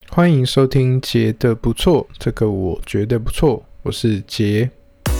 欢迎收听杰的不错，这个我觉得不错，我是杰。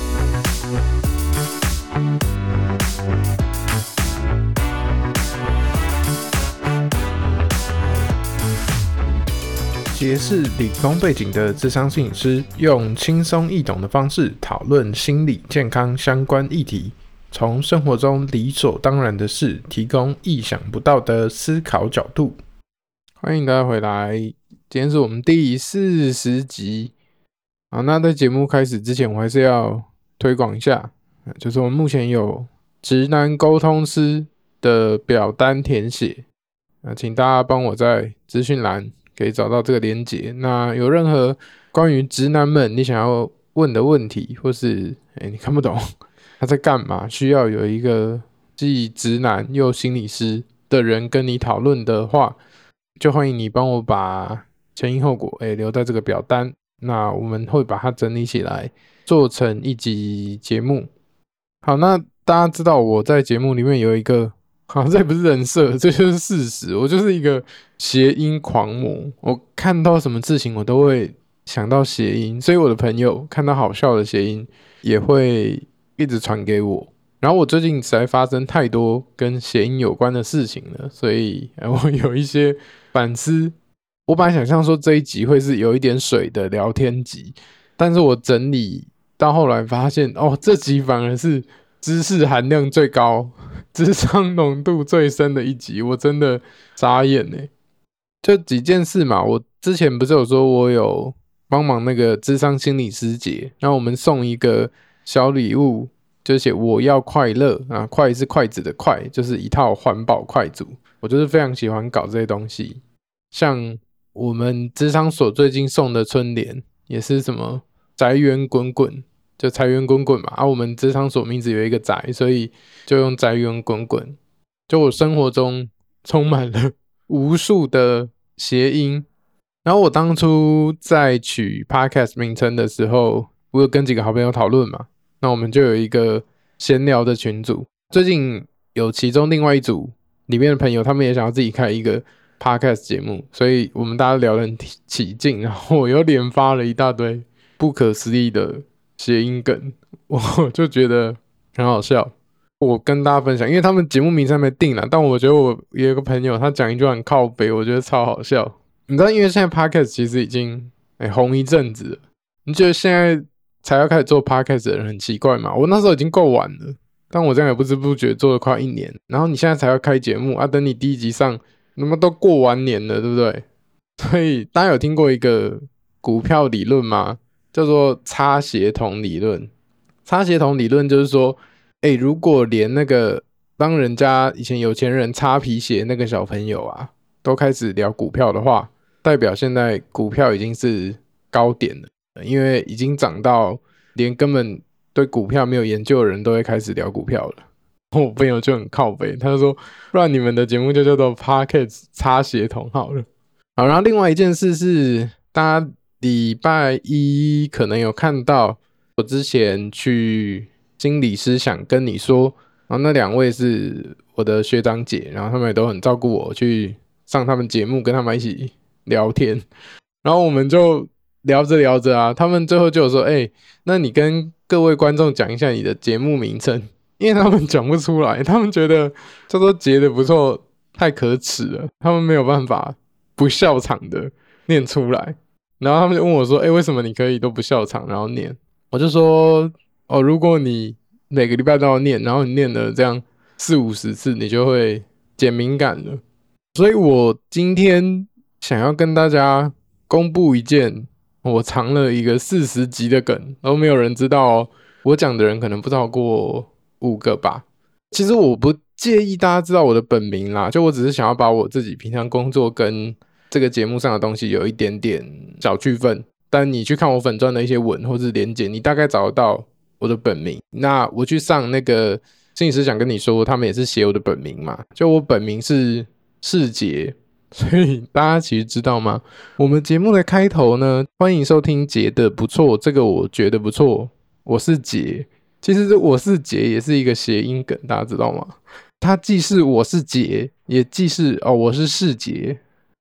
杰是理工背景的諮商心理师，用轻松易懂的方式讨论心理健康相关议题，从生活中理所当然的事，提供意想不到的思考角度。欢迎大家回来，今天是我们第40集。好，那在节目开始之前，我还是要推广一下，就是我们目前有直男沟通师的表单填写，请大家帮我在资讯栏可以找到这个连结。那有任何关于直男们你想要问的问题，或是你看不懂他在干嘛，需要有一个既直男又心理师的人跟你讨论的话，就欢迎你帮我把前因后果留在这个表单，那我们会把它整理起来做成一集节目。好，那大家知道我在节目里面有一个，好，这不是人设，这就是事实，我就是一个谐音狂魔，我看到什么事情我都会想到谐音，所以我的朋友看到好笑的谐音也会一直传给我。然后我最近实在发生太多跟谐音有关的事情了，所以我有一些反思。我本来想象说这一集会是有一点水的聊天集，但是我整理到后来发现，这集反而是知识含量最高、智商浓度最深的一集，我真的傻眼耶。就几件事嘛，我之前不是有说我有帮忙那个諮商心理师节，然后我们送一个小礼物，就写我要快乐啊，筷是筷子的筷，就是一套环保筷组。我就是非常喜欢搞这些东西，像我们諮商所最近送的春联也是什么宅园滚滚，就财源滚滚嘛，我们諮商所名字有一个宅，所以就用宅园滚滚。就我生活中充满了无数的谐音。然后我当初在取 podcast 名称的时候，我有跟几个好朋友讨论嘛，那我们就有一个闲聊的群组。最近有其中另外一组里面的朋友，他们也想要自己开一个 podcast 节目，所以我们大家聊得很起劲，然后我又连发了一大堆不可思议的谐音梗，我就觉得很好笑。我跟大家分享，因为他们节目名称没定啦，但我觉得我有一个朋友他讲一句很靠北，我觉得超好笑。你知道，因为现在 podcast 其实已经红一阵子了，你觉得现在才要开始做 podcast 的人很奇怪吗？我那时候已经够晚了，但我这样也不知不觉做了快1年，然后你现在才要开节目啊，等你第一集上，那么都过完年了，对不对？所以大家有听过一个股票理论吗？叫做差协同理论。差协同理论就是说，如果连那个当人家以前有钱人擦皮鞋那个小朋友啊，都开始聊股票的话，代表现在股票已经是高点了，因为已经涨到连根本对股票没有研究的人都会开始聊股票了。我朋友就很靠北，他就说不然你们的节目就叫做 Podcast 差协同好了。好，然后另外一件事是，大家礼拜一可能有看到我之前去心理师想跟你说，然后那2位是我的学长姐，然后他们也都很照顾我，去上他们节目跟他们一起聊天。然后我们就聊着聊着啊，他们最后就有说那你跟各位观众讲一下你的节目名称，因为他们讲不出来，他们觉得叫做杰的不错太可耻了，他们没有办法不笑场的念出来。然后他们就问我说为什么你可以都不笑场然后念？我就说如果你每个礼拜都要念，然后你念了这样40-50次，你就会减敏感了。所以我今天想要跟大家公布一件我藏了一个40集的梗，都没有人知道哦。我讲的人可能不超过5个吧。其实我不介意大家知道我的本名啦，就我只是想要把我自己平常工作跟这个节目上的东西有一点点小区分。但你去看我粉专的一些文或是连结，你大概找得到我的本名。那我去上那个心理师想跟你说，他们也是写我的本名嘛，就我本名是世杰。所以大家其实知道吗？我们节目的开头呢，欢迎收听杰的不错，这个我觉得不错，我是杰。其实我是杰也是一个谐音梗，大家知道吗？它既是我是杰，也既是我是世杰。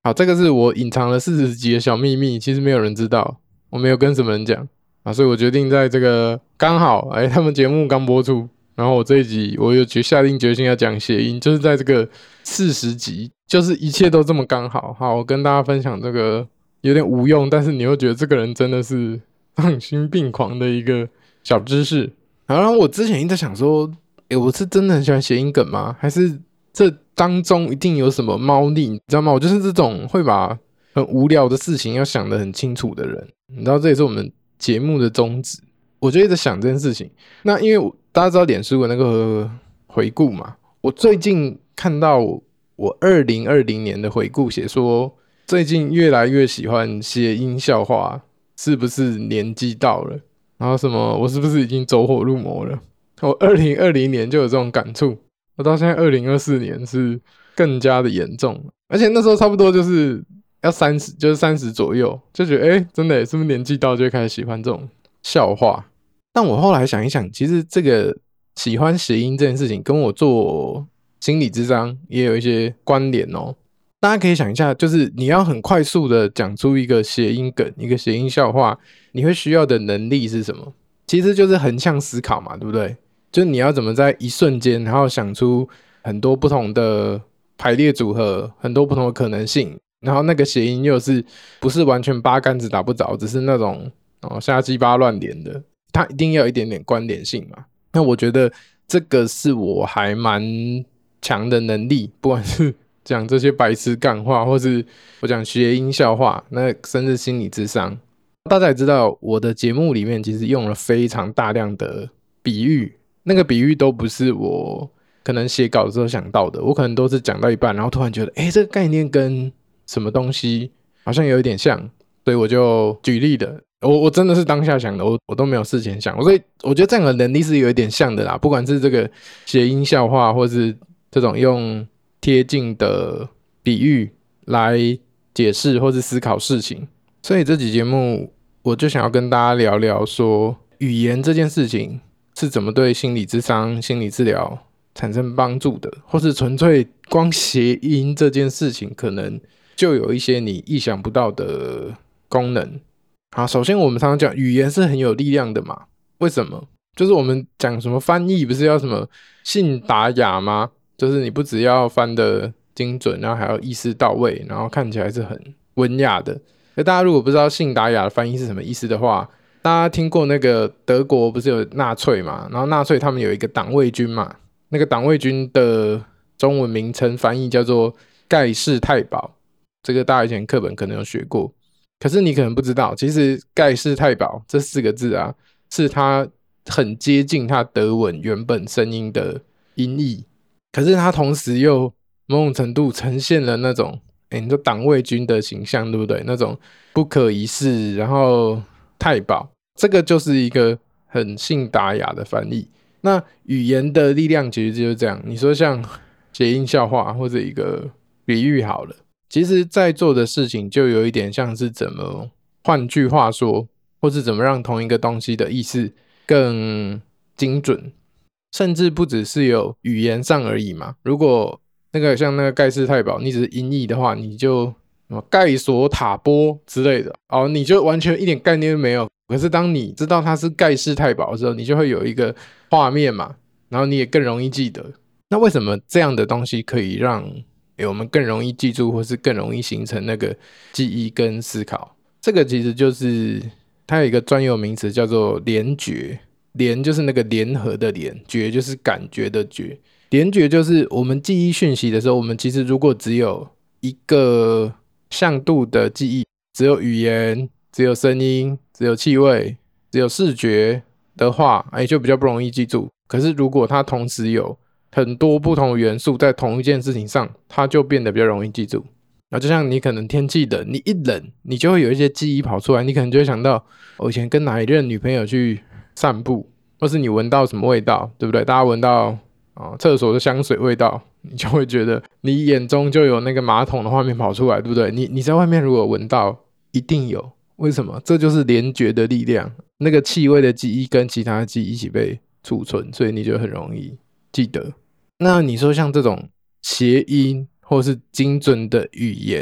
好，这个是我隐藏了40集的小秘密，其实没有人知道，我没有跟什么人讲啊，所以我决定在这个刚好他们节目刚播出，然后我这一集我有下定决心要讲谐音，就是在这个40集，就是一切都这么刚好。好，我跟大家分享这个有点无用，但是你又觉得这个人真的是丧心病狂的一个小知识。然后我之前一直在想说，我是真的很喜欢谐音梗吗？还是这当中一定有什么猫腻，你知道吗？我就是这种会把很无聊的事情要想得很清楚的人，你知道这也是我们节目的宗旨。我就一直想这件事情。那因为大家知道脸书的那个回顾嘛，我最近看到我2020年的回顾写说，最近越来越喜欢谐音笑话，是不是年纪到了？然后什么，我是不是已经走火入魔了？我2020年就有这种感触，我到现在2024年是更加的严重，而且那时候差不多就是要30，就是30左右，就觉得真的是不是年纪到就会开始喜欢这种笑话？但我后来想一想，其实这个喜欢谐音这件事情，跟我做心理咨商也有一些关联哦。大家可以想一下，就是你要很快速的讲出一个谐音梗、一个谐音笑话，你会需要的能力是什么？其实就是横向思考嘛，对不对？就是你要怎么在一瞬间，然后想出很多不同的排列组合，很多不同的可能性，然后那个谐音又是不是完全八竿子打不着，只是那种瞎鸡巴乱连的，它一定要有一点点关联性嘛。那我觉得这个是我还蛮强的能力，不管是讲这些白痴干话，或是我讲谐音笑话，那甚至心理咨商，大家也知道我的节目里面其实用了非常大量的比喻，那个比喻都不是我可能写稿的时候想到的，我可能都是讲到一半，然后突然觉得这个概念跟什么东西好像有一点像，所以我就举例的，我真的是当下想的，我都没有事前想，所以我觉得这样的能力是有一点像的啦，不管是这个谐音笑话，或是这种用贴近的比喻来解释或是思考事情。所以这期节目我就想要跟大家聊聊说，语言这件事情是怎么对心理咨商、心理治疗产生帮助的，或是纯粹光谐音这件事情可能就有一些你意想不到的功能。好，首先我们常常讲语言是很有力量的嘛，为什么？就是我们讲什么翻译不是要什么信达雅吗？就是你不只要翻的精准，然后还要意思到位，然后看起来是很文雅的。大家如果不知道信达雅的翻译是什么意思的话，大家听过那个德国不是有纳粹嘛？然后纳粹他们有一个党卫军嘛，那个党卫军的中文名称翻译叫做盖世太保，这个大家以前课本可能有学过。可是你可能不知道，其实盖世太保这4个字啊，是它很接近它德文原本声音的音译，可是它同时又某种程度呈现了那种你说党卫军的形象，对不对？那种不可一世，然后太保，这个就是一个很信达雅的翻译。那语言的力量其实就是这样，你说像谐音笑话或者一个比喻好了，其实在做的事情就有一点像是怎么，换句话说，或是怎么让同一个东西的意思更精准，甚至不只是有语言上而已嘛。如果那个像那个盖世太保，你只是音译的话，你就什么盖索塔波之类的你就完全一点概念都没有。可是当你知道它是盖世太保的时候，你就会有一个画面嘛，然后你也更容易记得。那为什么这样的东西可以让我们更容易记住，或是更容易形成那个记忆跟思考？这个其实就是它有一个专有名词叫做联觉，联就是那个联合的联，觉就是感觉的觉。联觉就是我们记忆讯息的时候，我们其实如果只有一个向度的记忆，只有语言，只有声音，只有气味，只有视觉的话，就比较不容易记住。可是如果它同时有很多不同的元素在同一件事情上，它就变得比较容易记住。就像你可能天气冷，你一冷，你就会有一些记忆跑出来，你可能就会想到我以前跟哪一任女朋友去散步，或是你闻到什么味道，对不对？大家闻到厕所的香水味道，你就会觉得你眼中就有那个马桶的画面跑出来，对不对？你在外面如果闻到，一定有。为什么？这就是联觉的力量，那个气味的记忆跟其他的记忆一起被储存，所以你就很容易记得。那你说像这种谐音或是精准的语言，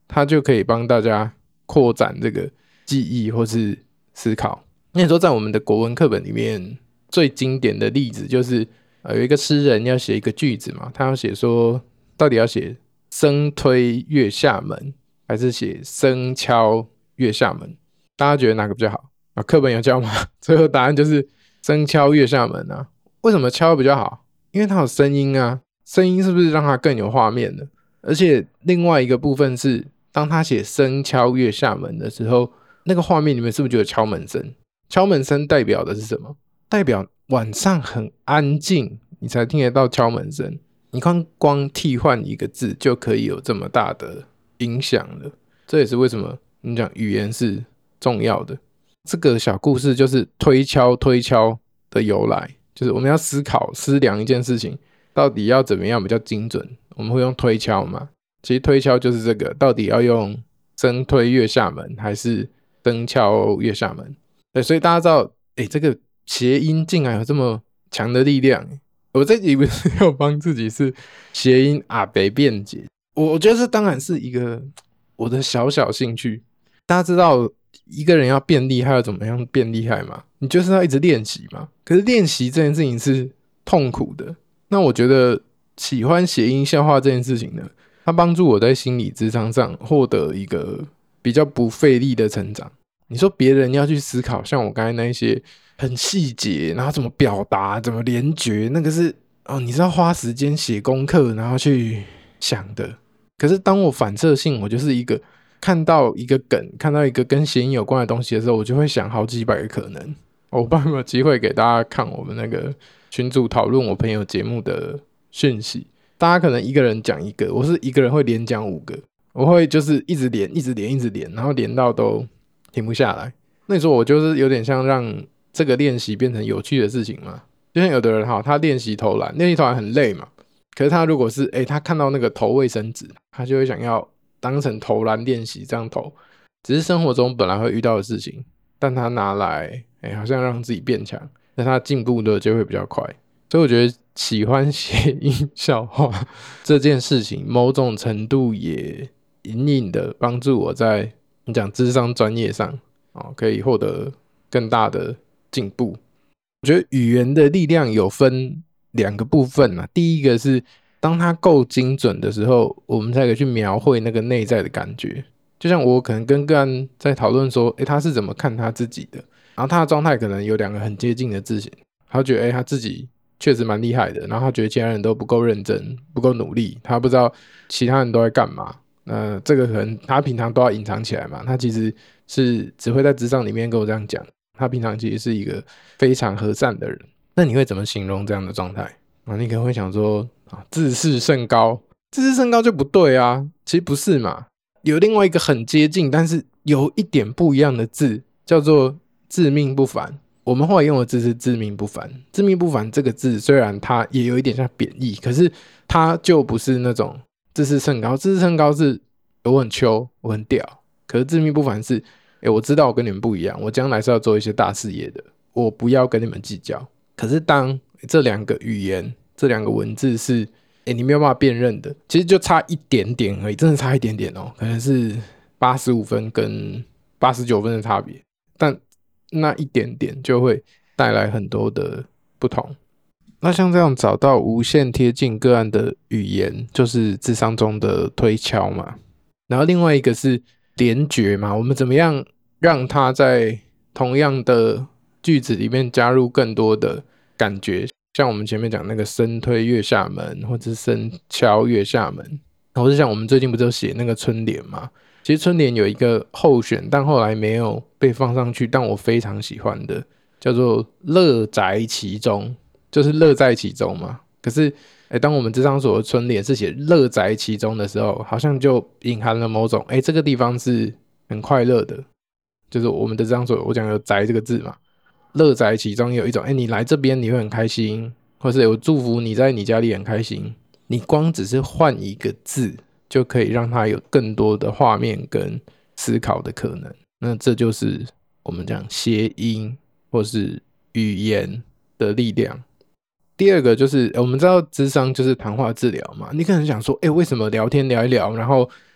它就可以帮大家扩展这个记忆或是思考。那你说在我们的国文课本里面最经典的例子就是有一个诗人要写一个句子嘛，他要写说到底要写僧推月下门还是写僧敲月下门，大家觉得哪个比较好啊？课本有教吗？最后答案就是僧敲月下门啊。为什么敲比较好？因为它有声音啊，声音是不是让它更有画面了？而且另外一个部分是，当他写僧敲月下门的时候，那个画面里面是不是就有敲门声？敲门声代表的是什么？代表晚上很安静，你才听得到敲门声。你看，光替换一个字就可以有这么大的影响了。这也是为什么你讲语言是重要的。这个小故事就是推敲的由来，就是我们要思量一件事情到底要怎么样比较精准，我们会用推敲嘛。其实推敲就是这个，到底要用僧推月下门还是僧敲月下门。对，所以大家知道这个谐音竟然有这么强的力量。我这集不是要帮自己是谐音阿北辩解，我觉得这当然是一个我的小小兴趣。大家知道一个人要变厉害要怎么样变厉害吗？你就是要一直练习嘛。可是练习这件事情是痛苦的。那我觉得喜欢谐音笑话这件事情呢，它帮助我在心理咨商上获得一个比较不费力的成长。你说别人要去思考，像我刚才那一些很细节，然后怎么表达，怎么连结，那个是你是要花时间写功课，然后去想的。可是当我反射性，我就是一个看到一个梗，看到一个跟谐音有关的东西的时候，我就会想好几百个可能。我不知道有没有机会给大家看我们那个群组讨论我朋友节目的讯息。大家可能一个人讲一个，我是一个人会连讲5个，我会就是一直连，然后连到都停不下来。那你说我就是有点像让这个练习变成有趣的事情嘛？就像有的人他练习投篮很累嘛，可是他如果是他看到那个投卫生纸，他就会想要当成投篮练习这样投，只是生活中本来会遇到的事情，但他拿来好像让自己变强，那他进步的就会比较快。所以我觉得喜欢谐音笑话这件事情，某种程度也隐隐的帮助我在你讲諮商专业上可以获得更大的进步。我觉得语言的力量有分2个部分啦。第一个是当它够精准的时候，我们才可以去描绘那个内在的感觉。就像我可能跟个案在讨论说他是怎么看他自己的，然后他的状态可能有2个很接近的字型，他觉得他自己确实蛮厉害的，然后他觉得其他人都不够认真不够努力，他不知道其他人都在干嘛。这个可能他平常都要隐藏起来嘛，他其实是只会在諮商里面跟我这样讲，他平常其实是一个非常和善的人。那你会怎么形容这样的状态你可能会想说自视甚高，自视甚高就不对啊，其实不是嘛。有另外一个很接近但是有一点不一样的字叫做自命不凡。我们后来用的字是自命不凡。自命不凡这个字虽然它也有一点像贬义，可是它就不是那种自视甚高。自视甚高是我很秋我很屌，可是自命不凡是我知道我跟你们不一样，我将来是要做一些大事业的，我不要跟你们计较。可是当这2个语言这2个文字是你没有办法辨认的，其实就差一点点而已，真的差一点点可能是85分跟89分的差别，但那一点点就会带来很多的不同。那像这样找到无限贴近个案的语言，就是諮商中的推敲嘛。然后另外一个是连结嘛，我们怎么样让它在同样的句子里面加入更多的感觉，像我们前面讲那个僧推月下门，或者是僧敲月下门，或是像我们最近不就写那个春联嘛。其实春联有一个候选，但后来没有被放上去，但我非常喜欢的叫做乐宅其中，就是乐在其中嘛。可是当我们諮商所的春联是写乐宅其中的时候，好像就隐含了某种这个地方是很快乐的，就是我们的諮商所我讲有宅这个字嘛，乐宅其中有一种你来这边你会很开心，或是有祝福你在你家里很开心。你光只是换一个字就可以让它有更多的画面跟思考的可能。那这就是我们讲谐音或是语言的力量。第二个就是我们知道諮商就是谈话治疗嘛，你可能想说为什么聊天聊一聊然后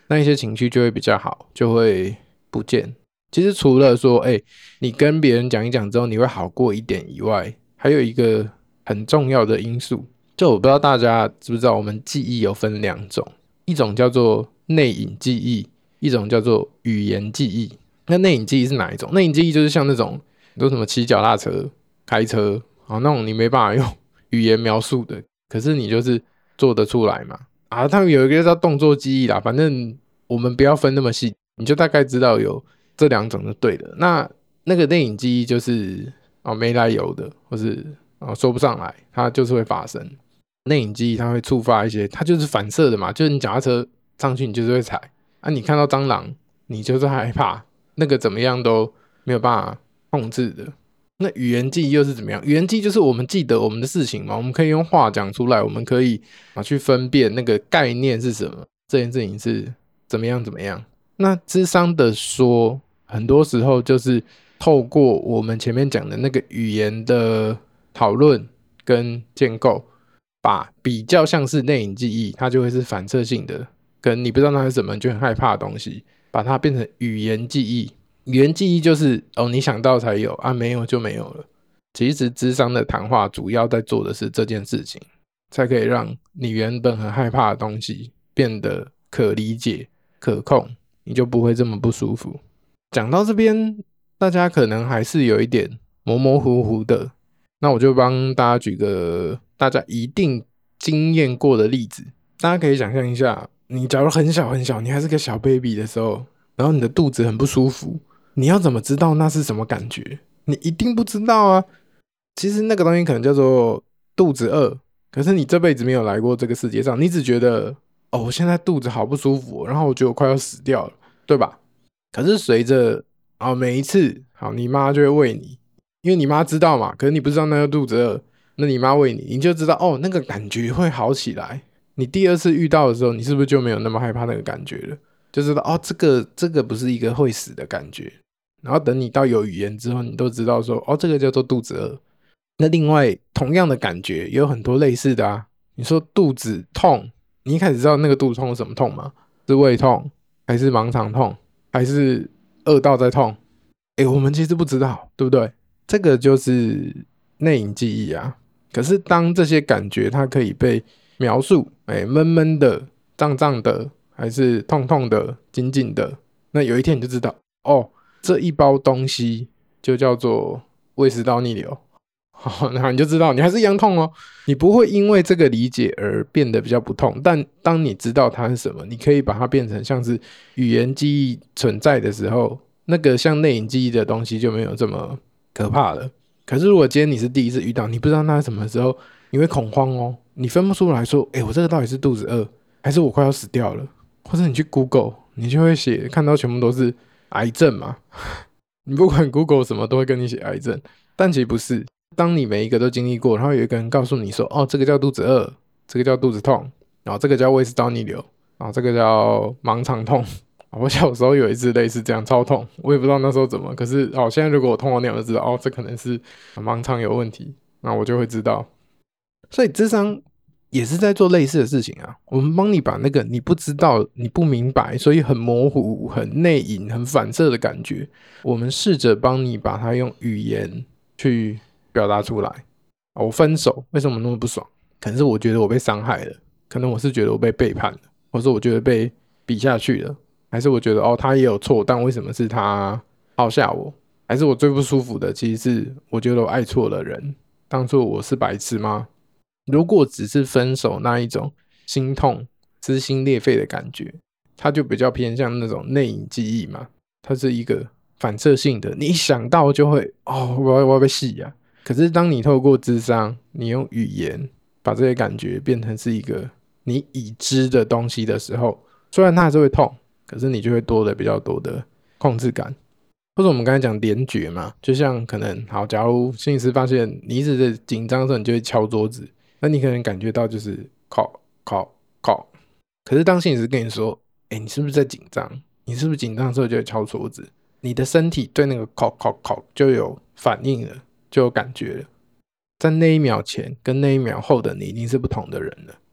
那一些情绪就会比较好，就会不见。其实除了说你跟别人讲一讲之后你会好过一点以外，还有一个很重要的因素，就我不知道大家知不知道，我们记忆有分两种，一种叫做内隐记忆，一种叫做语言记忆。那内隐记忆是哪一种？内隐记忆就是像那种都什么骑脚踏车、开车，那种你没办法用语言描述的，可是你就是做得出来嘛。他们有一个叫动作记忆啦，反正我们不要分那么细，你就大概知道有这两种就对了。那个内隐记忆就是没来由的，或是说不上来，它就是会发生。内隐记忆它会触发一些，它就是反射的嘛，就是你脚踏车上去你就是会踩你看到蟑螂你就是害怕，那个怎么样都没有办法控制的。那语言记忆又是怎么样？语言记忆就是我们记得我们的事情嘛，我们可以用话讲出来，我们可以去分辨那个概念是什么，这件事情是怎么样怎么样。那諮商的说，很多时候就是透过我们前面讲的那个语言的讨论跟建构，把比较像是内隐记忆，它就会是反射性的，跟你不知道那是什么，你就很害怕的东西，把它变成语言记忆。语言记忆就是你想到才有没有就没有了。其实諮商的谈话主要在做的是这件事情，才可以让你原本很害怕的东西变得可理解、可控，你就不会这么不舒服。讲到这边，大家可能还是有一点模模糊糊的，那我就帮大家举个大家一定经验过的例子。大家可以想象一下，你假如很小很小，你还是个小 baby 的时候，然后你的肚子很不舒服，你要怎么知道那是什么感觉？你一定不知道啊。其实那个东西可能叫做肚子饿，可是你这辈子没有来过这个世界上，你只觉得我现在肚子好不舒服然后我觉得我快要死掉了，对吧？可是随着每一次你妈就会喂你，因为你妈知道嘛，可是你不知道那个肚子饿，那你妈喂你，你就知道那个感觉会好起来。你第二次遇到的时候，你是不是就没有那么害怕那个感觉了？就知道这个不是一个会死的感觉。然后等你到有语言之后，你都知道说这个叫做肚子饿。那另外同样的感觉也有很多类似的啊。你说肚子痛，你一开始知道那个肚子痛是什么痛吗？是胃痛还是盲肠痛还是饿到在痛？我们其实不知道，对不对？这个就是内隐记忆啊。可是当这些感觉它可以被描述，闷闷的、胀胀的，还是痛痛的、紧紧的，那有一天你就知道，这一包东西就叫做胃食道逆流。那你就知道你还是一样痛你不会因为这个理解而变得比较不痛，但当你知道它是什么，你可以把它变成像是语言记忆存在的时候，那个像内隐记忆的东西就没有这么可怕了。可是如果今天你是第一次遇到，你不知道那是什么时候，你会恐慌你分不出来说我这个到底是肚子饿还是我快要死掉了。或者你去 Google 你就会写看到全部都是癌症嘛你不管 Google 什么都会跟你写癌症，但其实不是。当你每一个都经历过，然后有一个人告诉你说这个叫肚子饿，这个叫肚子痛，然后这个叫胃食道逆流，然后这个叫盲肠痛。我小时候有一次类似这样超痛，我也不知道那时候怎么，可是现在如果我痛到那样就知道这可能是盲肠有问题，那我就会知道。所以諮商也是在做类似的事情啊，我们帮你把那个你不知道、你不明白，所以很模糊、很内隐、很反射的感觉，我们试着帮你把它用语言去表达出来。我分手为什么那么不爽？可能是我觉得我被伤害了，可能我是觉得我被背叛了，或者我觉得被比下去了，还是我觉得他也有错，但为什么是他抛下我？还是我最不舒服的其实是我觉得我爱错了人，当初我是白痴吗？如果只是分手那一种心痛撕心裂肺的感觉，它就比较偏向那种内隐记忆嘛，它是一个反射性的，你一想到就会我要被戏啊。可是当你透过諮商，你用语言把这些感觉变成是一个你已知的东西的时候，虽然它还是会痛，可是你就会多了比较多的控制感。或者我们刚才讲联觉嘛，就像可能假如心理师发现你一直在紧张的时候，你就会敲桌子，那你可能感觉到就是靠靠靠。可是当心理师跟你说你是不是在紧张，你是不是紧张的时候就会敲桌子，你的身体对那个靠靠靠就有反应了，就有感觉了。在那一秒前跟那一秒后的你一定是不同的人了。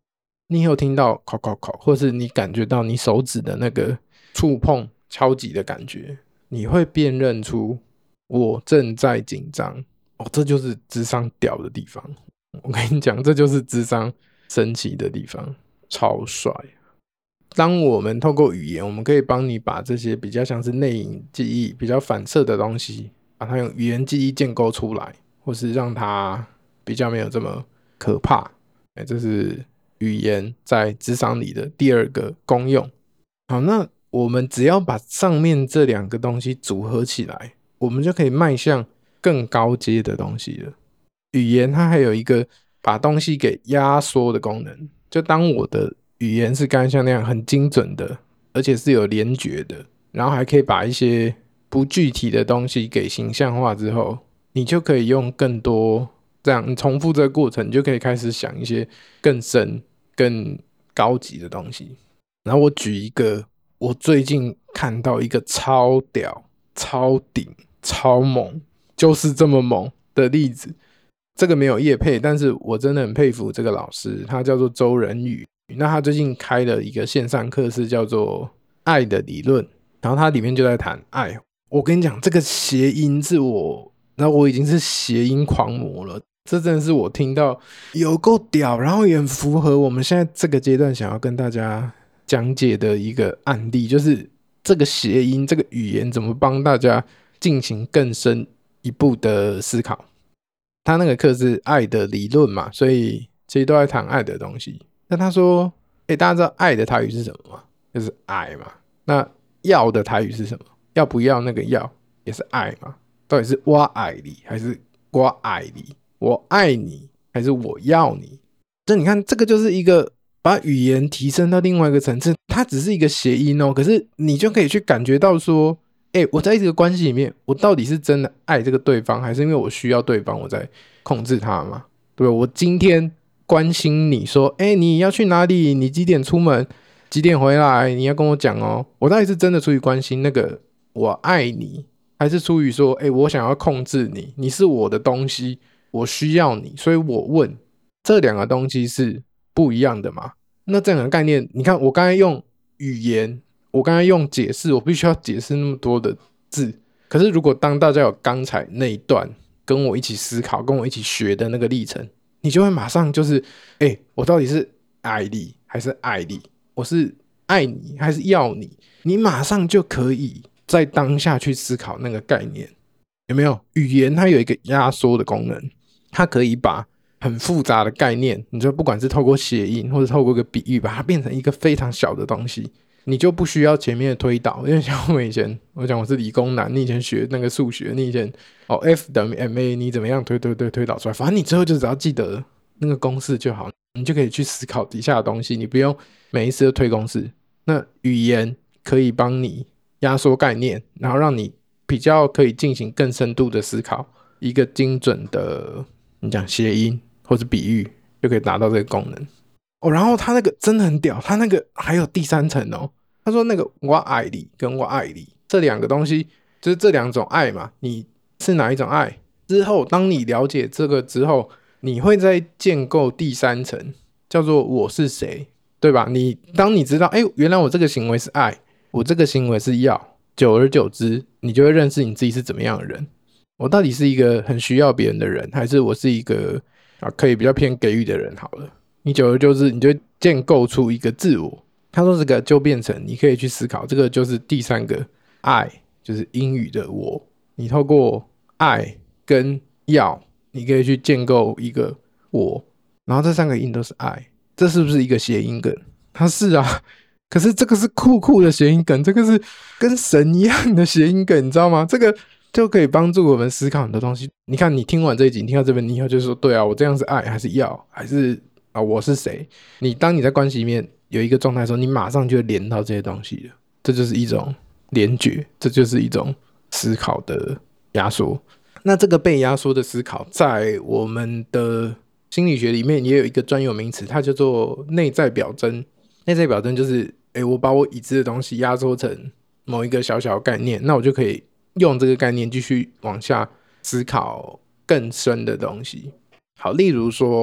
你有听到敲敲敲，或是你感觉到你手指的那个触碰敲击的感觉，你会辨认出我正在紧张。这就是諮商屌的地方。我跟你讲，这就是諮商神奇的地方，超帅。当我们透过语言，我们可以帮你把这些比较像是内隐记忆、比较反射的东西，把它用语言记忆建构出来，或是让它比较没有这么可怕。这是语言在諮商里的第二个功用。好，那我们只要把上面这两个东西组合起来，我们就可以迈向更高阶的东西了。语言它还有一个把东西给压缩的功能，就当我的语言是刚才像那样很精准的，而且是有连觉的，然后还可以把一些不具体的东西给形象化之后，你就可以用更多这样，你重复这个过程，你就可以开始想一些更深、更高级的东西。然后我举一个我最近看到一个超屌、超顶、超猛，就是这么猛的例子。这个没有业配，但是我真的很佩服这个老师，他叫做周仁宇。那他最近开了一个线上课，是叫做爱的理论，然后他里面就在谈爱。我跟你讲，这个谐音是我已经是谐音狂魔了，这真的是我听到有够屌，然后也很符合我们现在这个阶段想要跟大家讲解的一个案例，就是这个谐音、这个语言怎么帮大家进行更深一步的思考。他那个课是爱的理论嘛，所以其实都在谈爱的东西。那他说，大家知道爱的台语是什么吗？就是爱嘛。那要的台语是什么？要不要那个要也是爱嘛？到底是我爱你还是我爱你？我爱你还是我要你？这你看，这个就是一个把语言提升到另外一个层次，它只是一个谐音可是你就可以去感觉到说，我在这个关系里面，我到底是真的爱这个对方，还是因为我需要对方，我在控制他嘛？对吧？我今天关心你说，你要去哪里？你几点出门？几点回来？你要跟我讲哦。我到底是真的出于关心那个我爱你，还是出于说，我想要控制你，你是我的东西，我需要你，所以我问。这两个东西是不一样的嘛？那这两个概念，你看我刚才用语言，我刚才用解释，我必须要解释那么多的字。可是如果当大家有刚才那一段跟我一起思考，跟我一起学的那个历程，你就会马上就是，我到底是爱你还是爱你？我是爱你还是要你？你马上就可以在当下去思考那个概念，有没有？语言它有一个压缩的功能，它可以把很复杂的概念，你就不管是透过谐音或者透过一个比喻，把它变成一个非常小的东西，你就不需要前面的推导。因为像我以前，我讲我是理工男，你以前学那个数学，你以前F 等于 ma， 你怎么样推导出来？反正你最后就只要记得那个公式就好，你就可以去思考底下的东西，你不用每一次都推公式。那语言可以帮你压缩概念，然后让你比较可以进行更深度的思考，一个精准的你讲谐音或是比喻就可以达到这个功能。然后他那个真的很屌，他那个还有第三层他说那个我爱你跟我爱你这两个东西，就是这两种爱嘛，你是哪一种爱？之后当你了解这个之后，你会再建构第三层，叫做我是谁，对吧？当你知道，原来我这个行为是爱，我这个行为是要，久而久之，你就会认识你自己是怎么样的人。我到底是一个很需要别人的人，还是我是一个可以比较偏给予的人？好了，你久而久之，你就建构出一个自我。他说这个就变成你可以去思考，这个就是第三个爱，就是英语的我。你透过爱跟要，你可以去建构一个我，然后这三个音都是爱，这是不是一个谐音梗？它是啊，可是这个是酷酷的谐音梗，这个是跟神一样的谐音梗，你知道吗？这个就可以帮助我们思考很多东西。你看，你听完这一集，你听到这边，你以后就说，对啊，我这样是爱还是要，还是我是谁？当你在关系里面有一个状态的时候，你马上就会连到这些东西了。这就是一种连觉，这就是一种思考的压缩。那这个被压缩的思考，在我们的心理学里面也有一个专有名词，它叫做内在表征。内在表征就是，我把我已知的东西压缩成某一个小小的概念，那我就可以用这个概念继续往下思考更深的东西。好，例如说，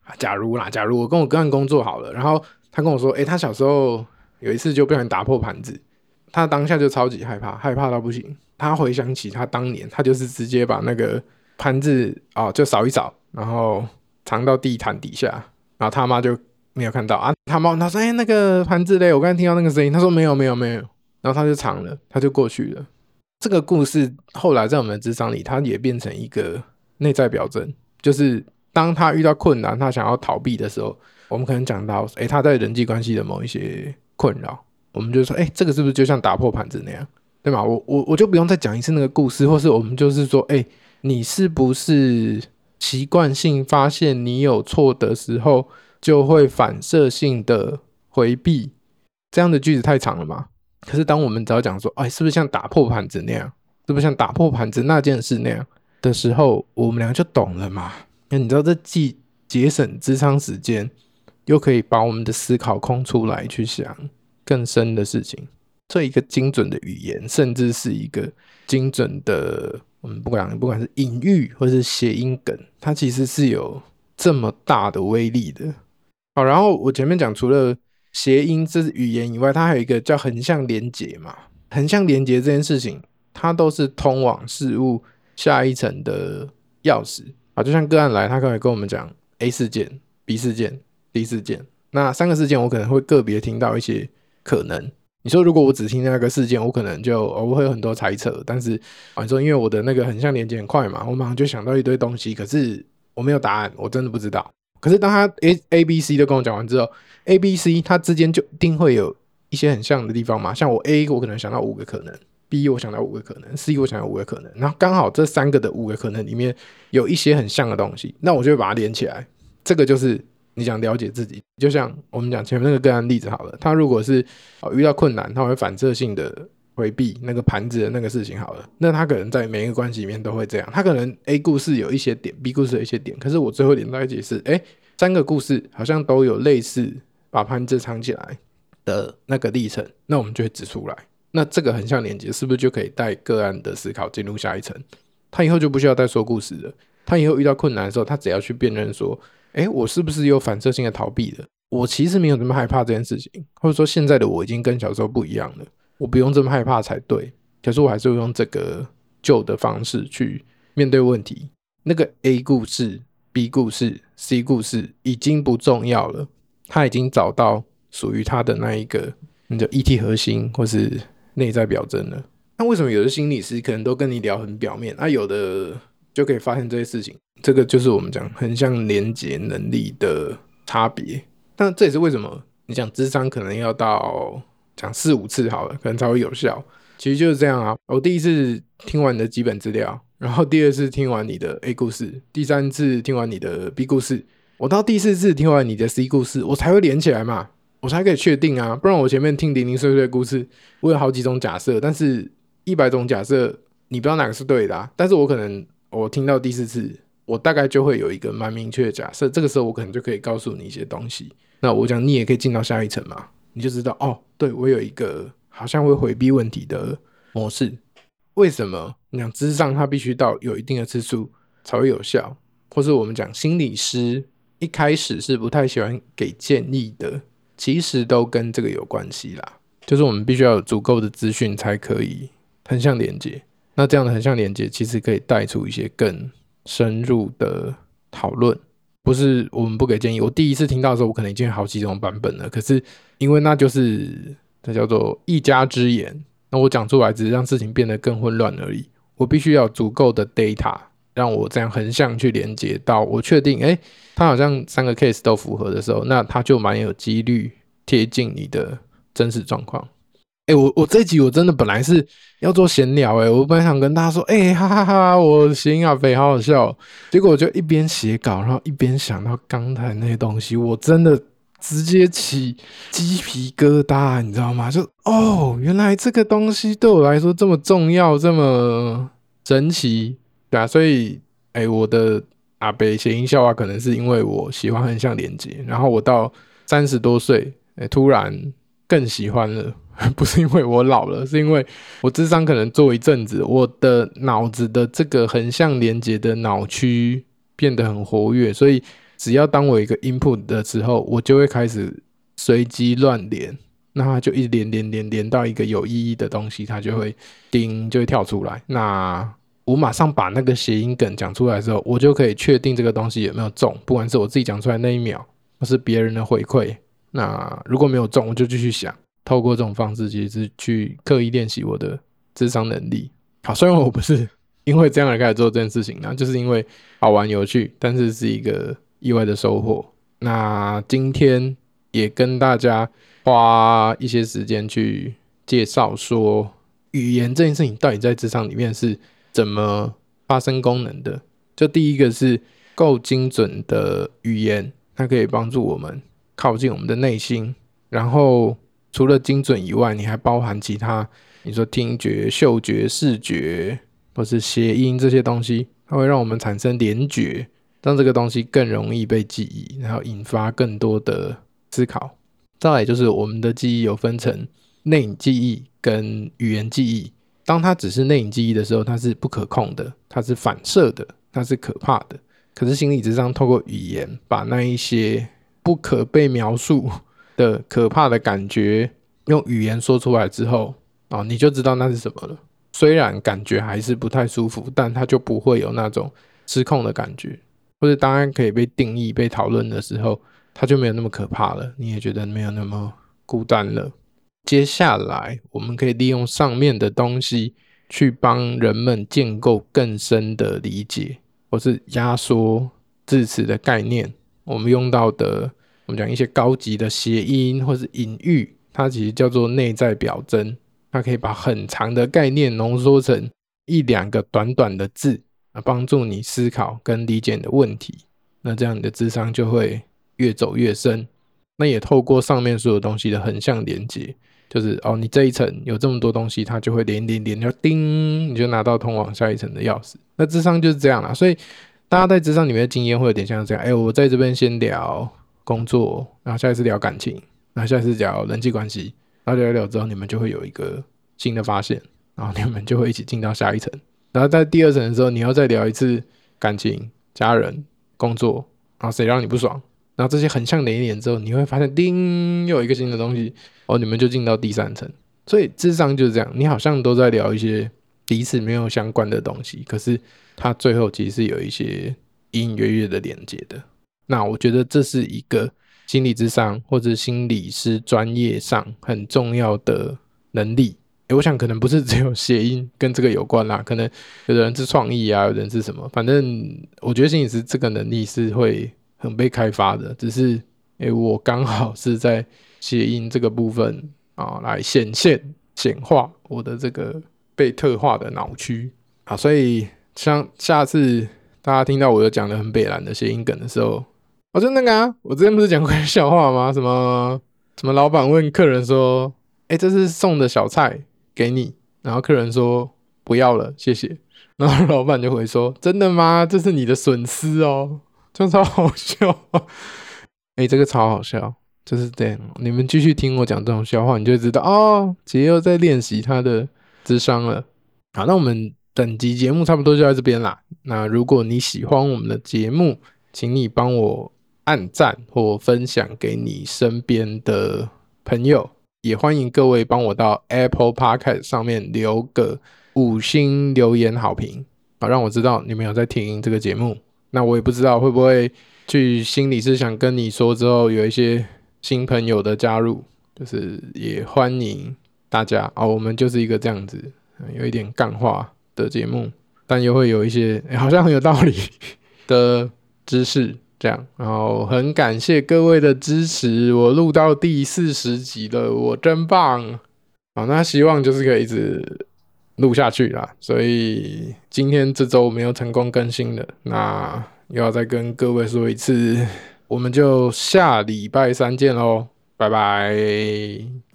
假如我跟我个案工作好了，然后他跟我说，他小时候有一次就不小心打破盘子，他当下就超级害怕，害怕到不行。他回想起他当年，他就是直接把那个盘子就扫一扫，然后藏到地毯底下，然后他妈就没有看到啊。他妈他说：“那个盘子嘞，我刚才听到那个声音。”他说：“没有。”然后他就藏了，他就过去了。这个故事后来在我们的职场里，它也变成一个内在表征，就是当他遇到困难，他想要逃避的时候，我们可能讲到，他在人际关系的某一些困扰，我们就说，这个是不是就像打破盘子那样，对吗？我就不用再讲一次那个故事，或是我们就是说，你是不是习惯性发现你有错的时候，就会反射性的回避？这样的句子太长了嘛？可是当我们只要讲说，是不是像打破盘子那样，是不是像打破盘子那件事那样的时候，我们两个就懂了嘛？那你知道这既节省諮商时间，又可以把我们的思考空出来去想更深的事情。这一个精准的语言，甚至是一个精准的，我们不管是隐喻或是谐音梗，它其实是有这么大的威力的。好，然后我前面讲，除了谐音这是语言以外，它还有一个叫横向连结嘛。横向连结这件事情，它都是通往事物下一层的钥匙啊。就像个案来，他可能跟我们讲 A 事件、B 事件、D 事件，那3个事件我可能会个别听到一些可能。你说如果我只听那个事件，我可能就我会有很多猜测，但是你说因为我的那个横向连结很快嘛，我马上就想到一堆东西，可是我没有答案，我真的不知道。可是当他 A、B、C 都跟我讲完之后， A、B、C 它之间就一定会有一些很像的地方嘛。像我 A 我可能想到5个可能， B 我想到5个可能， C 我想到5个可能，然后刚好这3个的5个可能里面有一些很像的东西，那我就会把它连起来。这个就是你想了解自己，就像我们讲前面那个个案例子好了，他如果是遇到困难，他会反射性的回避那个盘子的那个事情好了，那他可能在每一个关系里面都会这样。他可能 A 故事有一些点， B 故事有一些点，可是我最后连到一起是3个故事好像都有类似把盘子藏起来的那个历程，那我们就会指出来。那这个横向连接是不是就可以带个案的思考进入下一层？他以后就不需要再说故事了，他以后遇到困难的时候，他只要去辨认说，我是不是有反射性的逃避了？我其实没有这么害怕这件事情，或者说现在的我已经跟小时候不一样了，我不用这么害怕才对。可是我还是会用这个旧的方式去面对问题。那个 A 故事、B 故事、C 故事已经不重要了，他已经找到属于他的那一个你的议题核心或是内在表征了。那为什么有的心理师可能都跟你聊很表面，有的就可以发现这些事情？这个就是我们讲横向连结能力的差别。但这也是为什么你讲諮商可能要到讲4-5次好了，可能才会有效。其实就是这样啊。我第一次听完你的基本资料，然后第2次听完你的 A 故事，第3次听完你的 B 故事，我到第4次听完你的 C 故事，我才会连起来嘛，我才可以确定啊。不然我前面听零零碎碎的故事，我有好几种假设，但是100种假设你不知道哪个是对的啊。但是我可能我听到第4次，我大概就会有一个蛮明确的假设，这个时候我可能就可以告诉你一些东西。那我讲你也可以进到下一层嘛，你就知道对，我有一个好像会回避问题的模式。为什么你讲諮商它必须到有一定的次数才会有效，或是我们讲心理师一开始是不太喜欢给建议的，其实都跟这个有关系啦。就是我们必须要有足够的资讯才可以横向连接，那这样的横向连接其实可以带出一些更深入的讨论。不是我们不给建议，我第一次听到的时候我可能已经有好几种版本了，可是因为那就是这叫做一家之言，那我讲出来只是让事情变得更混乱而已。我必须要有足够的 data 让我这样横向去连接到我确定它好像3个 case 都符合的时候，那它就蛮有几率贴近你的真实状况。我这一集我真的本来是要做闲聊我本来想跟大家说哈哈哈我谐音阿北好好笑结果我就一边写稿然后一边想到刚才那些东西，我真的直接起鸡皮疙瘩，你知道吗？就原来这个东西对我来说这么重要，这么神奇，对啊。所以我的阿北谐音笑话可能是因为我喜欢横向连接，然后我到30多岁突然更喜欢了，不是因为我老了，是因为我諮商可能做一阵子，我的脑子的这个横向连接的脑区变得很活跃，所以只要当我有一个 input 的时候，我就会开始随机乱连，那它就一直连到一个有意义的东西，它就会叮就会跳出来。那我马上把那个谐音梗讲出来之后，我就可以确定这个东西有没有中，不管是我自己讲出来那一秒，或是别人的回馈。那如果没有中，我就继续想，透过这种方式，其实是去刻意练习我的智商能力。好，虽然我不是因为这样而开始做这件事情，那就是因为好玩有趣，但是是一个意外的收获。那今天也跟大家花一些时间去介绍说，语言这件事情到底在职场里面是怎么发生功能的。就第一个是够精准的语言，它可以帮助我们靠近我们的内心。然后除了精准以外，你还包含其他，你说听觉、嗅觉、视觉，或是谐音这些东西，它会让我们产生联觉，让这个东西更容易被记忆，然后引发更多的思考。再来就是我们的记忆有分成内隐记忆跟语言记忆。当它只是内隐记忆的时候，它是不可控的，它是反射的，它是可怕的。可是心理智商透过语言，把那一些不可被描述的可怕的感觉，用语言说出来之后，你就知道那是什么了。虽然感觉还是不太舒服，但它就不会有那种失控的感觉，或者当然可以被定义、被讨论的时候，它就没有那么可怕了，你也觉得没有那么孤单了。接下来我们可以利用上面的东西去帮人们建构更深的理解，或是压缩字词的概念。我们用到的，我们讲一些高级的谐音或是隐喻，它其实叫做内在表征，它可以把很长的概念浓缩成一两个短短的字，帮助你思考跟理解你的问题。那这样你的智商就会越走越深。那也透过上面所有东西的横向连接，就是你这一层有这么多东西，它就会连，就叮，你就拿到通往下一层的钥匙。那智商就是这样啦，所以大家在智商里面的经验会有点像这样，我在这边先聊工作，然后下一次聊感情，然后下一次聊人际关系，然后聊一聊之后，你们就会有一个新的发现，然后你们就会一起进到下一层。然后在第二层的时候，你要再聊一次感情、家人、工作，然后谁让你不爽，然后这些很像连一连之后，你会发现叮，又有一个新的东西，你们就进到第三层。所以智商就是这样，你好像都在聊一些彼此没有相关的东西，可是它最后其实是有一些隐隐约约的连接的。那我觉得这是一个心理智商或者心理师专业上很重要的能力。我想可能不是只有谐音跟这个有关啦，可能有的人是创意啊，有的人是什么，反正我觉得心理师这个能力是会很被开发的，只是我刚好是在谐音这个部分来显化我的这个被特化的脑区所以像下次大家听到我有讲的很北蓝的谐音梗的时候，就那个我之前不是讲过笑话吗？什么老板问客人说，这是送的小菜给你，然后客人说不要了，谢谢。然后老板就回说，真的吗？这是你的损失哦，就超好笑这个超好笑，就是这样。你们继续听我讲这种笑话，你就会知道杰又在练习他的智商了。好，那我们本集节目差不多就在这边啦。那如果你喜欢我们的节目，请你帮我按赞或分享给你身边的朋友，也欢迎各位帮我到 Apple Podcast 上面留个5星留言好评，让我知道你们有在听这个节目。那我也不知道会不会去心理师想跟你说之后有一些新朋友的加入，就是也欢迎大家我们就是一个这样子有一点干话的节目，但又会有一些好像很有道理的知识这样。然后很感谢各位的支持，我录到第40集了，我真棒。那希望就是可以一直录下去啦。所以今天这周没有成功更新的，那又要再跟各位说一次，我们就下礼拜3见咯，拜拜。